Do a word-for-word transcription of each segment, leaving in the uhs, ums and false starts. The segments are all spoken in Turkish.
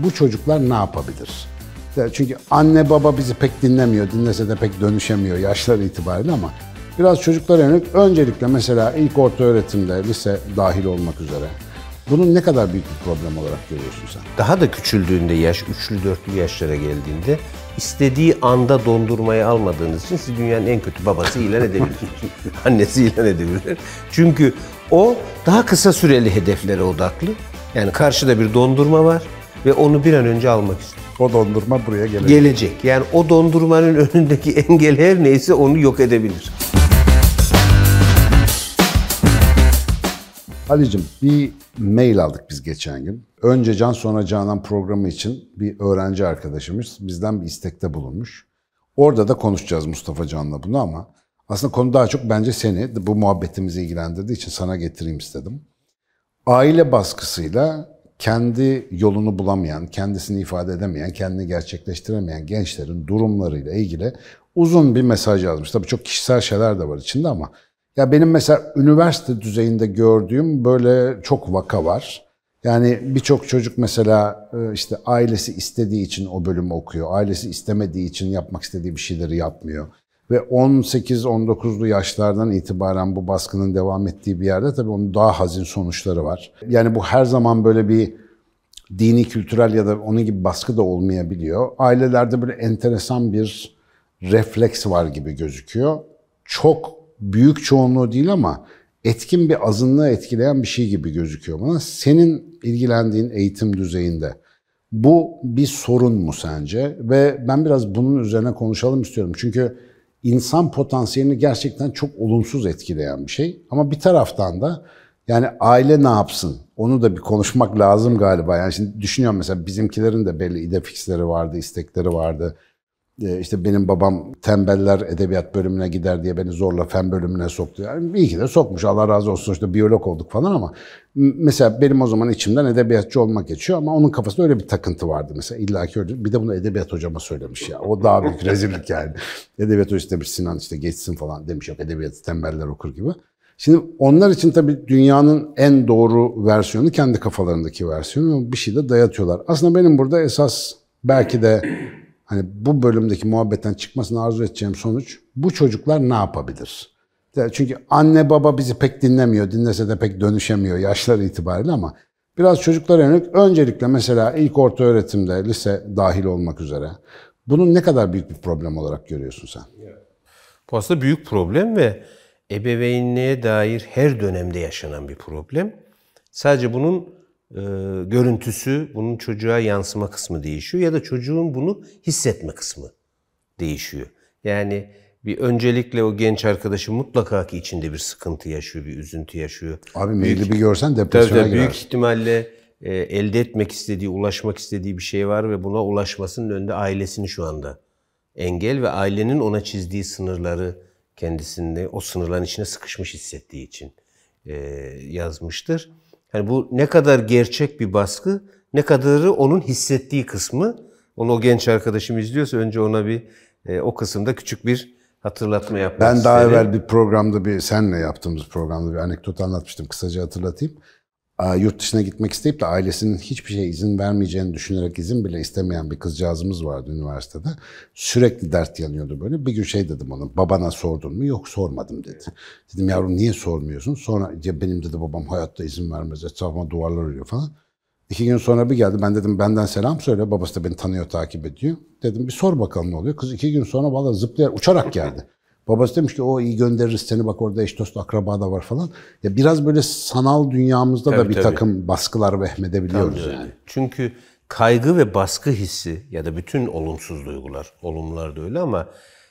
bu çocuklar ne yapabilir? Çünkü anne baba bizi pek dinlemiyor, dinlese de pek dönüşemiyor yaşları itibariyle ama biraz çocuklara yönelik öncelikle mesela ilk orta öğretimde, lise dahil olmak üzere bunun ne kadar büyük bir problem olarak görüyorsun sen? Daha da küçüldüğünde yaş, üçlü dörtlü yaşlara geldiğinde istediği anda dondurmayı almadığınız için siz dünyanın en kötü babası ilan edebilir. Annesi ilan edebilir. Çünkü o daha kısa süreli hedeflere odaklı. Yani karşıda bir dondurma var ve onu bir an önce almak istiyor. O dondurma buraya gelecek. Gelecek. Yani o dondurmanın önündeki engel her neyse onu yok edebilir. Ali'cim bir mail aldık biz geçen gün. Önce Can sonra Canan programı için bir öğrenci arkadaşımız bizden bir istekte bulunmuş. Orada da konuşacağız Mustafa Can'la bunu ama aslında konu daha çok bence seni bu muhabbetimizi ilgilendirdiği için sana getireyim istedim. Aile baskısıyla kendi yolunu bulamayan, kendisini ifade edemeyen, kendini gerçekleştiremeyen gençlerin durumlarıyla ilgili uzun bir mesaj yazmış. Tabii çok kişisel şeyler de var içinde ama ya benim mesela üniversite düzeyinde gördüğüm böyle çok vaka var. Yani birçok çocuk mesela işte ailesi istediği için o bölümü okuyor. Ailesi istemediği için yapmak istediği bir şeyleri yapmıyor. Ve on sekiz on dokuzlu yaşlardan itibaren bu baskının devam ettiği bir yerde tabii onun daha hazin sonuçları var. Yani bu her zaman böyle bir dini, kültürel ya da onun gibi baskı da olmayabiliyor. Ailelerde böyle enteresan bir refleks var gibi gözüküyor. Çok büyük çoğunluğu değil ama etkin bir azınlığı etkileyen bir şey gibi gözüküyor bana. Senin ilgilendiğin eğitim düzeyinde bu bir sorun mu sence? Ve ben biraz bunun üzerine konuşalım istiyorum. Çünkü insan potansiyelini gerçekten çok olumsuz etkileyen bir şey. Ama bir taraftan da yani aile ne yapsın? Onu da bir konuşmak lazım galiba. Yani şimdi düşünüyorum mesela bizimkilerin de belli idefiksleri vardı, istekleri vardı. Ee, işte benim babam tembeller edebiyat bölümüne gider diye beni zorla fen bölümüne soktu. Yani iyi ki de sokmuş, Allah razı olsun, işte biyolog olduk falan ama mesela benim o zaman içimden edebiyatçı olmak geçiyor ama onun kafasında öyle bir takıntı vardı mesela. İlla ki öyle. Bir de bunu edebiyat hocama söylemiş ya. O daha büyük rezillik yani. Edebiyat hocası demiş Sinan işte geçsin falan demiş, yok edebiyatı tembeller okur gibi. Şimdi onlar için tabii dünyanın en doğru versiyonu kendi kafalarındaki versiyonu, bir şey de dayatıyorlar. Aslında benim burada esas belki de hani bu bölümdeki muhabbetten çıkmasını arzu edeceğim sonuç, bu çocuklar ne yapabilir? Çünkü anne baba bizi pek dinlemiyor, dinlese de pek dönüşemiyor yaşları itibariyle ama biraz çocuklara yönelik öncelikle mesela ilk orta öğretimde, lise dahil olmak üzere bunun ne kadar büyük bir problem olarak görüyorsun sen? Bu aslında büyük problem ve ebeveynliğe dair her dönemde yaşanan bir problem. Sadece bunun e, görüntüsü, bunun çocuğa yansıma kısmı değişiyor ya da çocuğun bunu hissetme kısmı değişiyor. Yani bir öncelikle o genç arkadaşı mutlaka ki içinde bir sıkıntı yaşıyor, bir üzüntü yaşıyor. Abi maili bir görsen depresyona girer. Büyük girer. ihtimalle e, elde etmek istediği, ulaşmak istediği bir şey var ve buna ulaşmasının önünde ailesini şu anda engel ve ailenin ona çizdiği sınırları kendisinde o sınırların içine sıkışmış hissettiği için e, yazmıştır. Yani bu ne kadar gerçek bir baskı, ne kadarı onun hissettiği kısmı. Onu o genç arkadaşım izliyorsa önce ona bir e, o kısımda küçük bir hatırlatma yapmak Ben isterim. daha evvel bir programda bir senle yaptığımız programda bir anekdot anlatmıştım. Kısaca hatırlatayım. Yurt dışına gitmek isteyip de ailesinin hiçbir şeye izin vermeyeceğini düşünerek izin bile istemeyen bir kızcağızımız vardı üniversitede. Sürekli dert yanıyordu böyle. Bir gün şey dedim ona, babana sordun mu? Yok, sormadım dedi. Dedim yavrum niye sormuyorsun? Sonra ya benim dedi babam hayatta izin vermez, etrafıma duvarlar örüyor falan. İki gün sonra bir geldi, ben dedim benden selam söyle, babası da beni tanıyor, takip ediyor. Dedim bir sor bakalım ne oluyor. Kız iki gün sonra vallahi zıplayarak, uçarak geldi. Babası demiş ki o iyi göndeririz seni, bak orada eş dost akraba da var falan. Ya biraz böyle sanal dünyamızda tabii, da bir tabii. takım baskılar vehmedebiliyoruz Tabii, yani. Çünkü kaygı ve baskı hissi ya da bütün olumsuz duygular, olumlular da öyle ama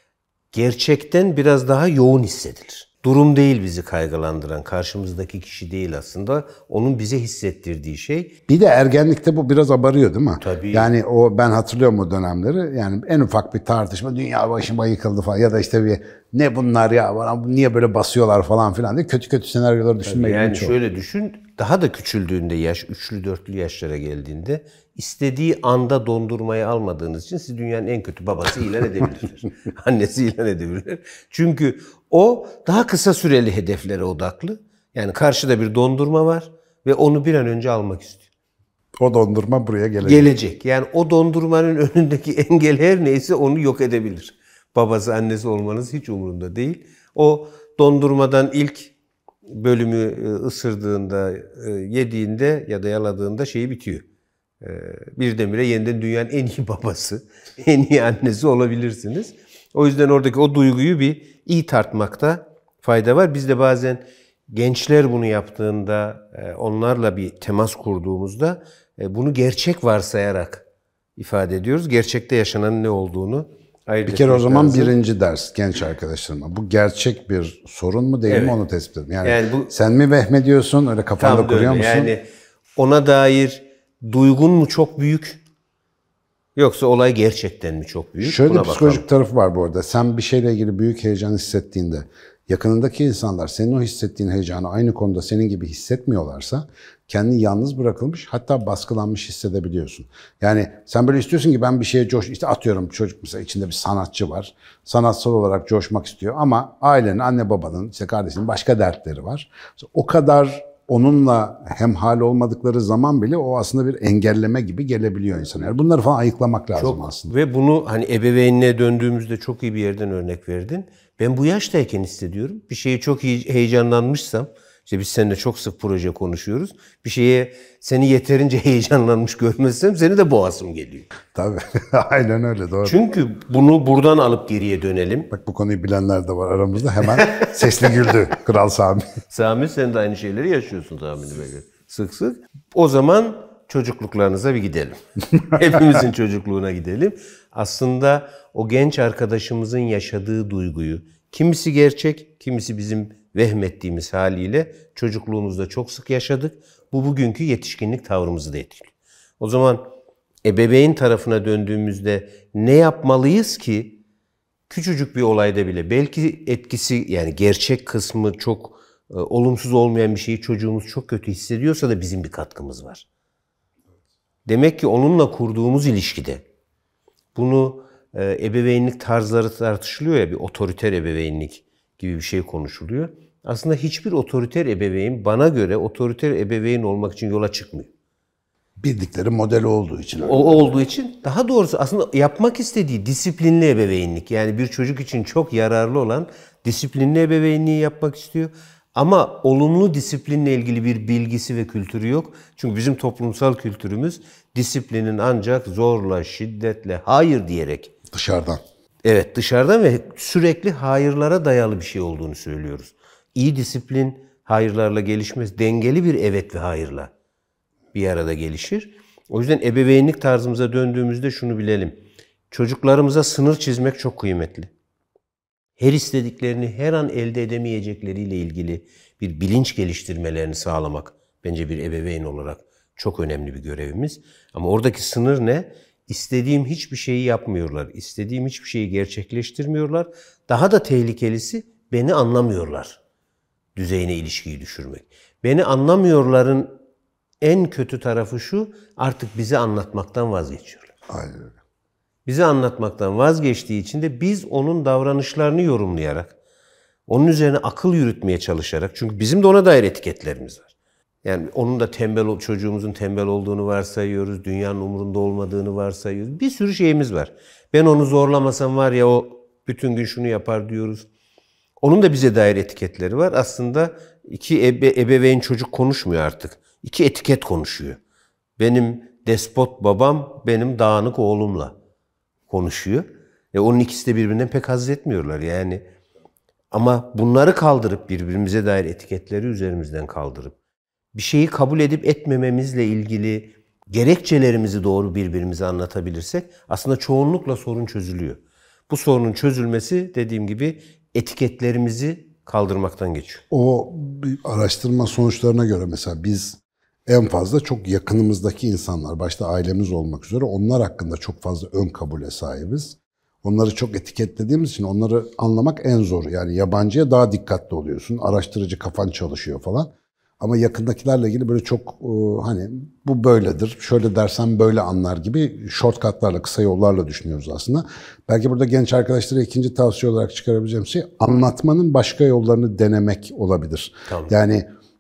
gerçekten biraz daha yoğun hissedilir. Durum değil bizi kaygılandıran, karşımızdaki kişi değil aslında. Onun bize hissettirdiği şey. Bir de ergenlikte bu biraz abarıyor değil mi? Tabii. Yani o, ben hatırlıyorum o dönemleri. Yani en ufak bir tartışma, dünya başıma yıkıldı falan ya da işte bir ne bunlar ya, bana niye böyle basıyorlar falan filan diye kötü kötü senaryoları düşünmeye Yani çok. şöyle düşün, daha da küçüldüğünde yaş, üçlü dörtlü yaşlara geldiğinde istediği anda dondurmayı almadığınız için siz dünyanın en kötü babası ilan edebilir. Annesi ilan edebilir. Çünkü o daha kısa süreli hedeflere odaklı. Yani karşıda bir dondurma var ve onu bir an önce almak istiyor. O dondurma buraya gelecek. Gelecek. Yani o dondurmanın önündeki engel her neyse onu yok edebilir. Babası, annesi olmanız hiç umurunda değil. O dondurmadan ilk bölümü ısırdığında, yediğinde ya da yaladığında şeyi bitiyor. Birdenbire yeniden dünyanın en iyi babası, en iyi annesi olabilirsiniz. O yüzden oradaki o duyguyu bir iyi tartmakta fayda var. Biz de bazen gençler bunu yaptığında, onlarla bir temas kurduğumuzda bunu gerçek varsayarak ifade ediyoruz. Gerçekte yaşananın ne olduğunu ayırt Bir kere o zaman lazım. birinci ders genç arkadaşlarıma. Bu gerçek bir sorun mu değil Evet. mi onu tespit edin. Yani, Yani bu, sen mi vehmediyorsun öyle kafanda tam da kuruyor öyle. musun? Yani ona dair duygun mu çok büyük yoksa olay gerçekten mi çok büyük? Şöyle Buna bir psikolojik bakalım. tarafı var bu arada. Sen bir şeyle ilgili büyük heyecan hissettiğinde yakınındaki insanlar senin o hissettiğin heyecanı aynı konuda senin gibi hissetmiyorlarsa kendini yalnız bırakılmış hatta baskılanmış hissedebiliyorsun. Yani sen böyle istiyorsun ki ben bir şeye coş, işte atıyorum çocuk mesela içinde bir sanatçı var. Sanatsal olarak coşmak istiyor ama ailenin, anne babanın, işte kardeşinin başka dertleri var. O kadar onunla hemhal olmadıkları zaman bile o aslında bir engelleme gibi gelebiliyor insana. Yani bunları falan ayıklamak lazım Çok, aslında. ve bunu hani ebeveynliğe döndüğümüzde çok iyi bir yerden örnek verdin. Ben bu yaştayken hissediyorum. Bir şeye çok iyi heyecanlanmışsam, işte biz seninle çok sık proje konuşuyoruz. Bir şeye seni yeterince heyecanlanmış görmezsem seni de boğasım geliyor. Tabii. Aynen öyle, doğru. Çünkü bunu buradan alıp geriye dönelim. Bak bu konuyu bilenler de var aramızda. Hemen sesli güldü Kral Sami. Sami, sen de aynı şeyleri yaşıyorsun tahminime göre. Sık sık. O zaman çocukluklarınıza bir gidelim. Hepimizin çocukluğuna gidelim. Aslında o genç arkadaşımızın yaşadığı duyguyu, kimisi gerçek, kimisi bizim vehmettiğimiz haliyle çocukluğumuzda çok sık yaşadık. Bu bugünkü yetişkinlik tavrımızı da etkiliyor. O zaman ebeveyn tarafına döndüğümüzde ne yapmalıyız ki küçücük bir olayda bile belki etkisi, yani gerçek kısmı çok e, olumsuz olmayan bir şeyi çocuğumuz çok kötü hissediyorsa da bizim bir katkımız var. Demek ki onunla kurduğumuz ilişkide bunu e, ebeveynlik tarzları tartışılıyor ya, bir otoriter ebeveynlik gibi bir şey konuşuluyor. Aslında hiçbir otoriter ebeveyn bana göre otoriter ebeveyn olmak için yola çıkmıyor. Bildikleri modeli olduğu için. O olduğu için, daha doğrusu aslında yapmak istediği disiplinli ebeveynlik. Yani bir çocuk için çok yararlı olan disiplinli ebeveynliği yapmak istiyor. Ama olumlu disiplinle ilgili bir bilgisi ve kültürü yok. Çünkü bizim toplumsal kültürümüz disiplinin ancak zorla, şiddetle, hayır diyerek. Dışarıdan. Evet, dışarıdan ve sürekli hayırlara dayalı bir şey olduğunu söylüyoruz. İyi disiplin hayırlarla gelişmez. Dengeli bir evet ve hayırla bir arada gelişir. O yüzden ebeveynlik tarzımıza döndüğümüzde şunu bilelim. Çocuklarımıza sınır çizmek çok kıymetli. Her istediklerini her an elde edemeyecekleriyle ilgili bir bilinç geliştirmelerini sağlamak bence bir ebeveyn olarak çok önemli bir görevimiz. Ama oradaki sınır ne? İstediğim hiçbir şeyi yapmıyorlar. İstediğim hiçbir şeyi gerçekleştirmiyorlar. Daha da tehlikelisi beni anlamıyorlar düzeyine ilişkiyi düşürmek. Beni anlamıyorların en kötü tarafı şu, artık bizi anlatmaktan vazgeçiyorlar. Aynen öyle. Bizi anlatmaktan vazgeçtiği için de biz onun davranışlarını yorumlayarak, onun üzerine akıl yürütmeye çalışarak, çünkü bizim de ona dair etiketlerimiz var. Yani onun da tembel, çocuğumuzun tembel olduğunu varsayıyoruz, dünyanın umurunda olmadığını varsayıyoruz. Bir sürü şeyimiz var. Ben onu zorlamasam var ya o bütün gün şunu yapar diyoruz. Onun da bize dair etiketleri var. Aslında iki ebe, ebeveyn çocuk konuşmuyor artık. İki etiket konuşuyor. Benim despot babam, benim dağınık oğlumla konuşuyor. E onun ikisi de birbirinden pek haz etmiyorlar yani. Ama bunları kaldırıp, birbirimize dair etiketleri üzerimizden kaldırıp, bir şeyi kabul edip etmememizle ilgili gerekçelerimizi doğru birbirimize anlatabilirsek aslında çoğunlukla sorun çözülüyor. Bu sorunun çözülmesi dediğim gibi etiketlerimizi kaldırmaktan geçiyor. O araştırma sonuçlarına göre mesela biz en fazla çok yakınımızdaki insanlar, başta ailemiz olmak üzere onlar hakkında çok fazla ön kabule sahibiz. Onları çok etiketlediğimiz için onları anlamak en zor. Yani yabancıya daha dikkatli oluyorsun, araştırıcı kafan çalışıyor falan. Ama yakındakilerle ilgili böyle çok hani bu böyledir, şöyle dersen böyle anlar gibi shortcutlarla, kısa yollarla düşünüyoruz aslında. Belki burada genç arkadaşlara ikinci tavsiye olarak çıkarabileceğim şey anlatmanın başka yollarını denemek olabilir. Tamam. Yani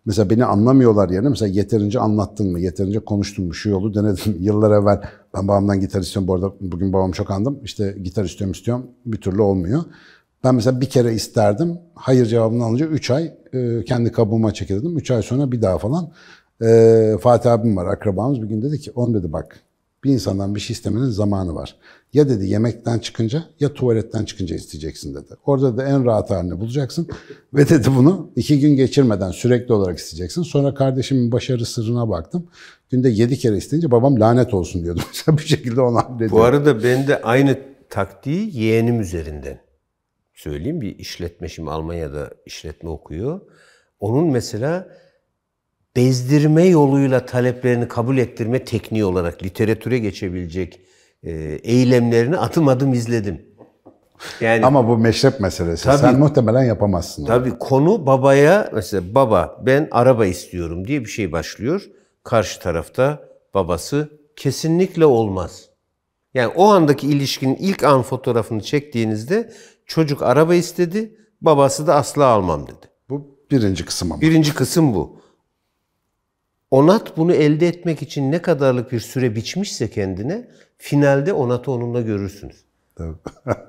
Mesela beni anlamıyorlar yerine mesela yeterince anlattın mı, yeterince konuştun mu, şu yolu denedim. Yıllar evvel ben babamdan gitar istiyorum. Bu arada bugün babamı çok andım. İşte gitar istiyorum istiyorum bir türlü olmuyor. Ben mesela bir kere isterdim. Hayır cevabını alınca üç ay e, kendi kabuğuma çekildim. üç ay sonra bir daha falan. E, Fatih abim var, akrabamız, bir gün dedi ki oğlum dedi bak bir insandan bir şey istemenin zamanı var. Ya dedi yemekten çıkınca ya tuvaletten çıkınca isteyeceksin dedi. Orada da en rahat halini bulacaksın. Ve dedi bunu iki gün geçirmeden sürekli olarak isteyeceksin. Sonra kardeşimin başarı sırrına baktım. Günde yedi kere isteyince babam lanet olsun diyordu. Mesela bir şekilde onu hallediyor. Bu arada ben de aynı taktiği yeğenim üzerinden söyleyeyim. Bir işletme, şimdi Almanya'da işletme okuyor. Onun mesela bezdirme yoluyla taleplerini kabul ettirme tekniği olarak literatüre geçebilecek e, eylemlerini adım adım izledim. Yani ama bu meşrep meselesi. Tabii, sen muhtemelen yapamazsın. Tabii onu. Konu babaya mesela baba ben araba istiyorum diye bir şey başlıyor. Karşı tarafta babası kesinlikle olmaz. Yani o andaki ilişkinin ilk an fotoğrafını çektiğinizde çocuk araba istedi, babası da asla almam dedi. Bu birinci kısım ama. Birinci kısım bu. Onat bunu elde etmek için ne kadarlık bir süre biçmişse kendine, finalde Onat'ı onunla görürsünüz. Tabii.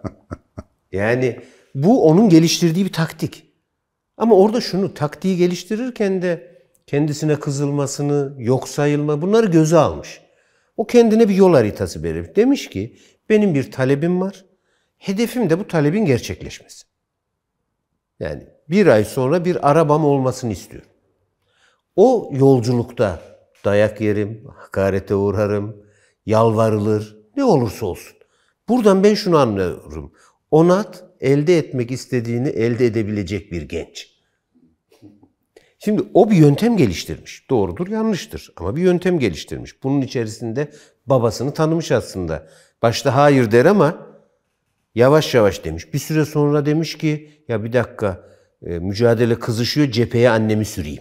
Yani bu onun geliştirdiği bir taktik. Ama orada şunu, taktiği geliştirirken de kendisine kızılmasını, yok sayılma, bunları göze almış. O kendine bir yol haritası belirlemiş. Demiş ki benim bir talebim var. Hedefim de bu talebin gerçekleşmesi. Yani bir ay sonra bir arabam olmasını istiyorum. O yolculukta dayak yerim, hakarete uğrarım, yalvarılır, ne olursa olsun. Buradan ben şunu anlıyorum. Onat elde etmek istediğini elde edebilecek bir genç. Şimdi o bir yöntem geliştirmiş. Doğrudur, yanlıştır ama bir yöntem geliştirmiş. Bunun içerisinde babasını tanımış aslında. Başta hayır der ama yavaş yavaş demiş. Bir süre sonra demiş ki ya bir dakika e, mücadele kızışıyor, cepheye annemi süreyim.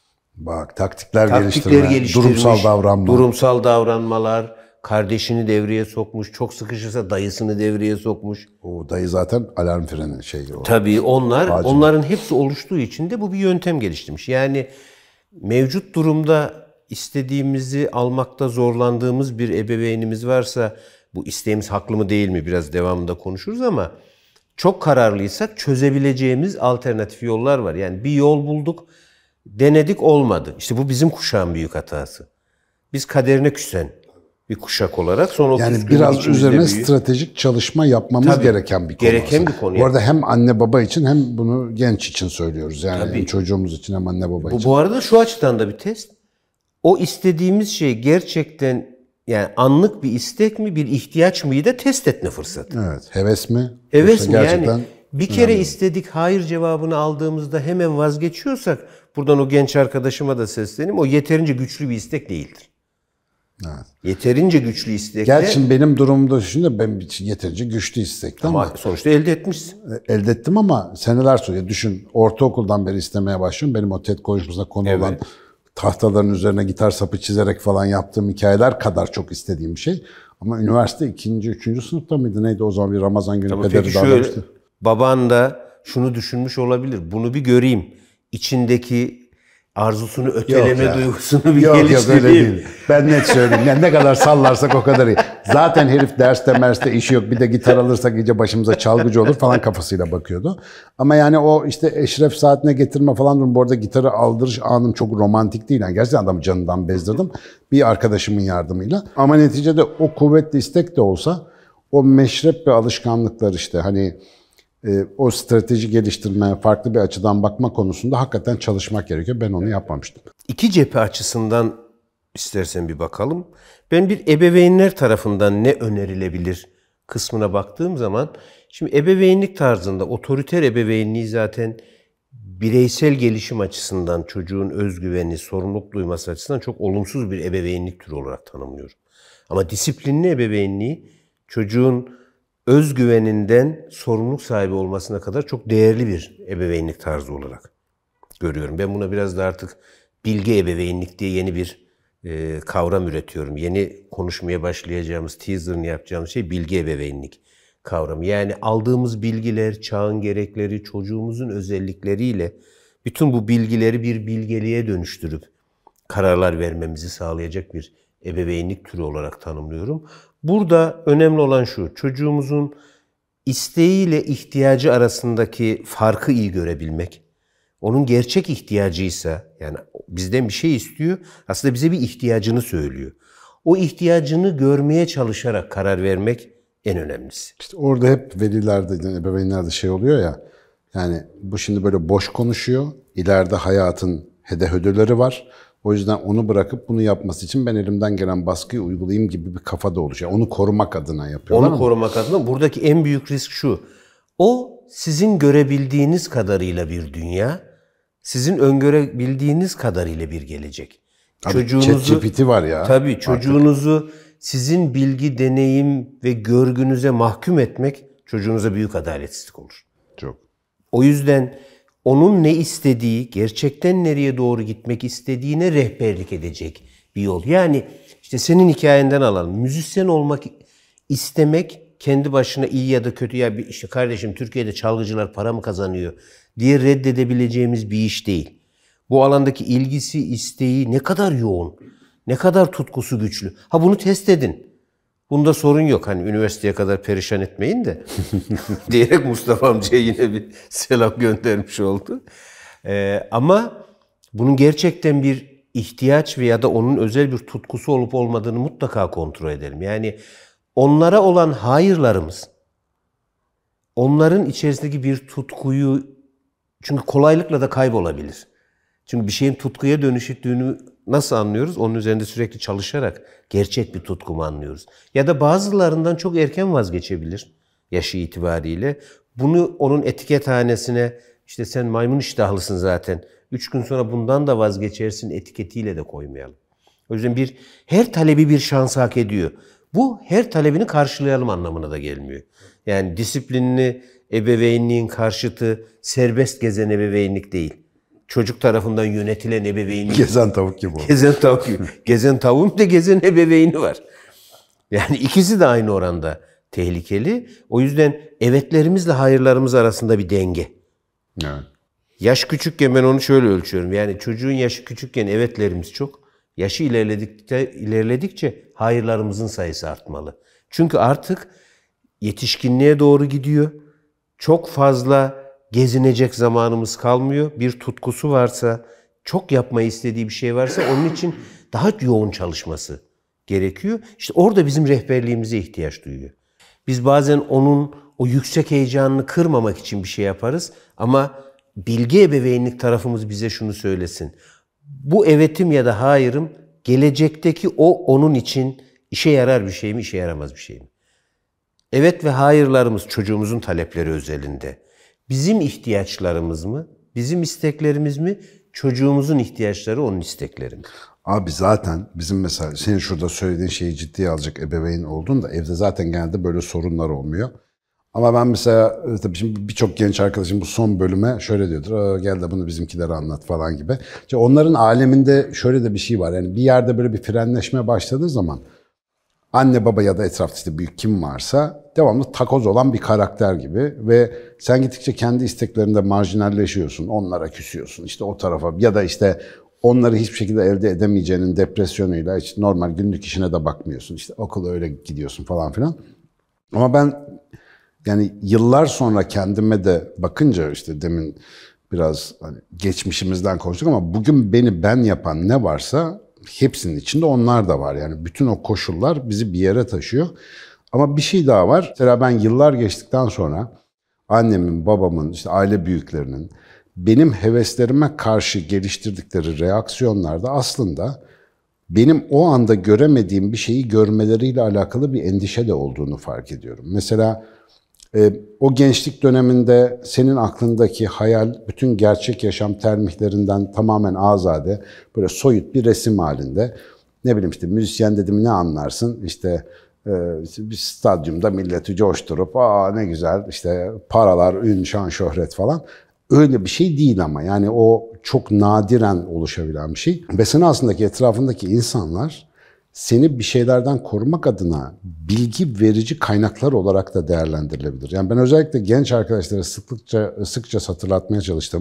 Bak taktikler, Taktikleri geliştirmiş, durumsal davranma. Durumsal davranmalar, kardeşini devreye sokmuş, çok sıkışırsa dayısını devreye sokmuş. O dayı zaten alarm freni şeyi. O. Tabii onlar, Acil. onların hepsi oluştuğu için de bu bir yöntem geliştirmiş. Yani mevcut durumda istediğimizi almakta zorlandığımız bir ebeveynimiz varsa, bu isteğimiz haklı mı değil mi biraz devamında konuşuruz ama çok kararlıysak çözebileceğimiz alternatif yollar var. Yani bir yol bulduk, denedik olmadı. İşte bu bizim kuşağın büyük hatası. Biz kaderine küsen bir kuşak olarak sonra o yani biraz üzerine büyüyüp, stratejik çalışma yapmamız Tabii, gereken bir konu. Gereken bir konu. Bu arada hem anne baba için hem bunu genç için söylüyoruz. Yani Tabii. hem çocuğumuz için hem anne baba bu, için. Bu arada şu açıdan da bir test. O istediğimiz şey gerçekten yani anlık bir istek mi, bir ihtiyaç mıyı da test etme fırsatı. Evet. Heves mi? Heves mi? Yani bir kere önemli. istedik, hayır cevabını aldığımızda hemen vazgeçiyorsak, buradan o genç arkadaşıma da sesleneyim, o yeterince güçlü bir istek değildir. Evet. Yeterince güçlü istekle... Gerçi benim durumumda düşününce ben yeterince güçlü istekti ama... Ama sonuçta elde etmişsin. Elde ettim ama seneler sonra düşün, ortaokuldan beri istemeye başlıyorum. Benim o TED konuşmasında konu evet. olan tahtaların üzerine gitar sapı çizerek falan yaptığım hikayeler kadar çok istediğim bir şey. Ama üniversite ikinci, üçüncü sınıfta mıydı neydi o zaman bir Ramazan günü tamam, pederi davranmıştı. Baban da şunu düşünmüş olabilir, bunu bir göreyim. İçindeki arzusunu öteleme yok duygusunu bir yok, geliştireyim. Yok öyle değil. Ben net söyleyeyim. Yani ne kadar sallarsak o kadar iyi. Zaten herif derste merste işi yok. Bir de gitar alırsak iyice başımıza çalgıcı olur falan kafasıyla bakıyordu. Ama yani o işte Eşref saatine getirme falan durum. Bu arada gitarı aldırış anım çok romantik değil. Yani gerçekten adamı canından bezdirdim. Bir arkadaşımın yardımıyla. Ama neticede o kuvvetli istek de olsa o meşrep ve alışkanlıklar işte hani o strateji geliştirmeye, farklı bir açıdan bakma konusunda hakikaten çalışmak gerekiyor. Ben onu yapmamıştım. İki cephe açısından istersen bir bakalım. Ben bir ebeveynler tarafından ne önerilebilir kısmına baktığım zaman, şimdi ebeveynlik tarzında otoriter ebeveynliği zaten bireysel gelişim açısından, çocuğun özgüveni, sorumluluk duyması açısından çok olumsuz bir ebeveynlik türü olarak tanımlıyorum. Ama disiplinli ebeveynliği çocuğun özgüveninden sorumluluk sahibi olmasına kadar çok değerli bir ebeveynlik tarzı olarak görüyorum. Ben buna biraz da artık bilge ebeveynlik diye yeni bir e, kavram üretiyorum. Yeni konuşmaya başlayacağımız, teaser'ını yapacağımız şey bilge ebeveynlik kavramı. Yani aldığımız bilgiler, çağın gerekleri, çocuğumuzun özellikleriyle bütün bu bilgileri bir bilgeliğe dönüştürüp kararlar vermemizi sağlayacak bir ebeveynlik türü olarak tanımlıyorum. Burada önemli olan şu, çocuğumuzun isteğiyle ihtiyacı arasındaki farkı iyi görebilmek. Onun gerçek ihtiyacıysa, yani bizden bir şey istiyor, aslında bize bir ihtiyacını söylüyor. O ihtiyacını görmeye çalışarak karar vermek en önemlisi. İşte orada hep velilerde, ebeveynlerde şey oluyor ya, yani bu şimdi böyle boş konuşuyor, ileride hayatın hedehödöleri var. O yüzden onu bırakıp bunu yapması için ben elimden gelen baskıyı uygulayayım gibi bir kafada oluşuyor. Onu korumak adına yapıyorlar. Onu ama korumak adına buradaki en büyük risk şu. O sizin görebildiğiniz kadarıyla bir dünya, sizin öngörebildiğiniz kadarıyla bir gelecek. Abi, çocuğunuzu ChatGPT var ya. Tabii çocuğunuzu artık sizin bilgi, deneyim ve görgünüze mahkum etmek çocuğunuza büyük adaletsizlik olur. Çok. O yüzden onun ne istediği, gerçekten nereye doğru gitmek istediğine rehberlik edecek bir yol. Yani işte senin hikayenden alalım. Müzisyen olmak istemek kendi başına iyi ya da kötü, ya işte kardeşim Türkiye'de çalgıcılar para mı kazanıyor diye reddedebileceğimiz bir iş değil. Bu alandaki ilgisi, isteği ne kadar yoğun, ne kadar tutkusu güçlü. Ha bunu test edin. Bunda sorun yok. Hani üniversiteye kadar perişan etmeyin de diyerek Mustafa amcaya yine bir selam göndermiş oldu. Ee, ama bunun gerçekten bir ihtiyaç veya da onun özel bir tutkusu olup olmadığını mutlaka kontrol edelim. Yani onlara olan hayırlarımız, onların içerisindeki bir tutkuyu, çünkü kolaylıkla da kaybolabilir. Çünkü bir şeyin tutkuya dönüştüğünü nasıl anlıyoruz? Onun üzerinde sürekli çalışarak gerçek bir tutku mu anlıyoruz? Ya da bazılarından çok erken vazgeçebilir yaşı itibariyle. Bunu onun etikethanesine, işte sen maymun iştahlısın zaten, üç gün sonra bundan da vazgeçersin etiketiyle de koymayalım. O yüzden bir her talebi bir şans hak ediyor. Bu her talebini karşılayalım anlamına da gelmiyor. Yani disiplinli ebeveynliğin karşıtı serbest gezen ebeveynlik değil. Çocuk tarafından yönetilen ebeveynlik. Gezen tavuk gibi oldu. Gezen tavuk gibi. Gezen tavuğun da gezen ebeveyni var. Yani ikisi de aynı oranda tehlikeli. O yüzden evetlerimizle hayırlarımız arasında bir denge. Evet. Yaş küçükken ben onu şöyle ölçüyorum. Yani çocuğun yaşı küçükken evetlerimiz çok. Yaşı ilerledikçe, ilerledikçe hayırlarımızın sayısı artmalı. Çünkü artık yetişkinliğe doğru gidiyor. Çok fazla gezinecek zamanımız kalmıyor. Bir tutkusu varsa, çok yapmayı istediği bir şey varsa onun için daha yoğun çalışması gerekiyor. İşte orada bizim rehberliğimize ihtiyaç duyuyor. Biz bazen onun o yüksek heyecanını kırmamak için bir şey yaparız ama bilgi ebeveynlik tarafımız bize şunu söylesin. Bu evetim ya da hayırım gelecekteki o onun için işe yarar bir şey mi, işe yaramaz bir şey mi? Evet ve hayırlarımız çocuğumuzun talepleri özelinde. Bizim ihtiyaçlarımız mı, bizim isteklerimiz mi, çocuğumuzun ihtiyaçları onun istekleri mi? Abi zaten bizim mesela senin şurada söylediğin şeyi ciddiye alacak ebeveyn olduğunda evde zaten genelde böyle sorunlar olmuyor. Ama ben mesela tabii şimdi birçok genç arkadaşım bu son bölüme şöyle diyordur. Gel de bunu bizimkilere anlat falan gibi. İşte onların aleminde şöyle de bir şey var. Yani bir yerde böyle bir frenleşme başladığı zaman anne baba ya da etrafta işte büyük kim varsa devamlı takoz olan bir karakter gibi ve sen gittikçe kendi isteklerinde marjinalleşiyorsun. Onlara küsüyorsun. İşte o tarafa ya da işte onları hiçbir şekilde elde edemeyeceğinin depresyonuyla hiç normal günlük işine de bakmıyorsun. İşte okula öyle gidiyorsun falan filan. Ama ben yani yıllar sonra kendime de bakınca işte demin biraz hani geçmişimizden konuştuk ama bugün beni ben yapan ne varsa hepsinin içinde onlar da var. Yani bütün o koşullar bizi bir yere taşıyor. Ama bir şey daha var. Mesela ben yıllar geçtikten sonra annemin, babamın, işte aile büyüklerinin benim heveslerime karşı geliştirdikleri reaksiyonlarda aslında benim o anda göremediğim bir şeyi görmeleriyle alakalı bir endişe de olduğunu fark ediyorum. Mesela e, o gençlik döneminde senin aklındaki hayal bütün gerçek yaşam termihlerinden tamamen azade, böyle soyut bir resim halinde. Ne bileyim işte müzisyen dedim ne anlarsın? İşte e, bir stadyumda milleti coşturup aa ne güzel işte paralar, ün, şan, şöhret falan. Öyle bir şey değil ama yani o çok nadiren oluşabilen bir şey. Ve senin aslında etrafındaki insanlar seni bir şeylerden korumak adına bilgi verici kaynaklar olarak da değerlendirilebilir. Yani ben özellikle genç arkadaşlara sıklıkça, sıkça hatırlatmaya çalıştım.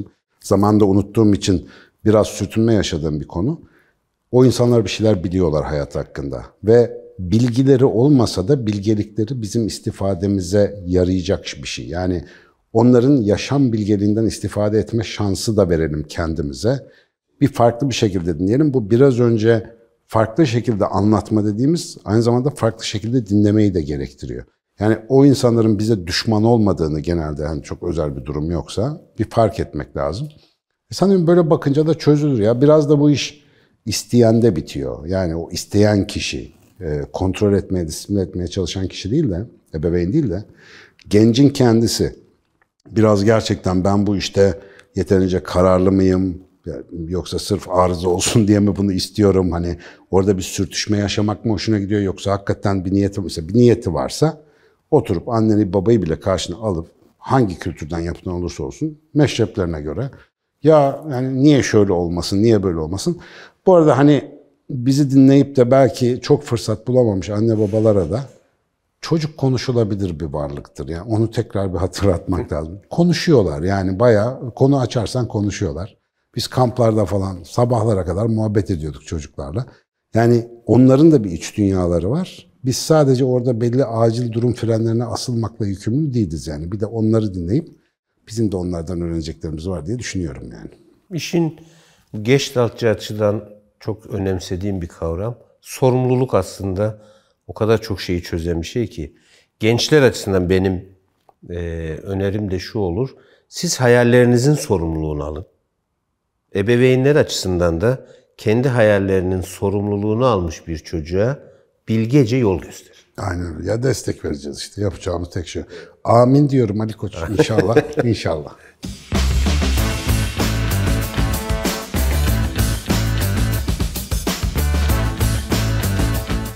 zamanda unuttuğum için biraz sürtünme yaşadığım bir konu. O insanlar bir şeyler biliyorlar hayat hakkında ve bilgileri olmasa da bilgelikleri bizim istifademize yarayacak bir şey. Yani onların yaşam bilgeliğinden istifade etme şansı da verelim kendimize. Bir farklı bir şekilde dinleyelim. Bu biraz önce farklı şekilde anlatma dediğimiz aynı zamanda farklı şekilde dinlemeyi de gerektiriyor. Yani o insanların bize düşman olmadığını genelde yani çok özel bir durum yoksa bir fark etmek lazım. E sanırım böyle bakınca da çözülür ya. Biraz da bu iş isteyende bitiyor. Yani o isteyen kişi, kontrol etmeye, disipline etmeye çalışan kişi değil de, ebeveyn değil de gencin kendisi. Biraz gerçekten ben bu işte yeterince kararlı mıyım? Yoksa sırf arıza olsun diye mi bunu istiyorum? Hani orada bir sürtüşme yaşamak mı hoşuna gidiyor? Yoksa hakikaten bir niyeti varsa, bir niyeti varsa oturup anneni babayı bile karşına alıp hangi kültürden yapılan olursa olsun meşreplerine göre ya yani niye şöyle olmasın, niye böyle olmasın? Bu arada hani bizi dinleyip de belki çok fırsat bulamamış anne babalara da çocuk konuşulabilir bir varlıktır. Yani onu tekrar bir hatırlatmak lazım. Konuşuyorlar yani bayağı konu açarsan konuşuyorlar. Biz kamplarda falan sabahlara kadar muhabbet ediyorduk çocuklarla. Yani onların da bir iç dünyaları var. Biz sadece orada belli acil durum frenlerine asılmakla yükümlü değiliz yani. Bir de onları dinleyip bizim de onlardan öğreneceklerimiz var diye düşünüyorum yani. İşin Gestaltçı açıdan çok önemsediğim bir kavram. Sorumluluk aslında o kadar çok şeyi çözen bir şey ki. Gençler açısından benim e, önerim de şu olur. Siz hayallerinizin sorumluluğunu alın. Ebeveynler açısından da kendi hayallerinin sorumluluğunu almış bir çocuğa bilgece yol gösterin. Aynen öyle. Ya destek vereceğiz işte. Yapacağımız tek şey. Amin diyorum Ali Koç. İnşallah. İnşallah.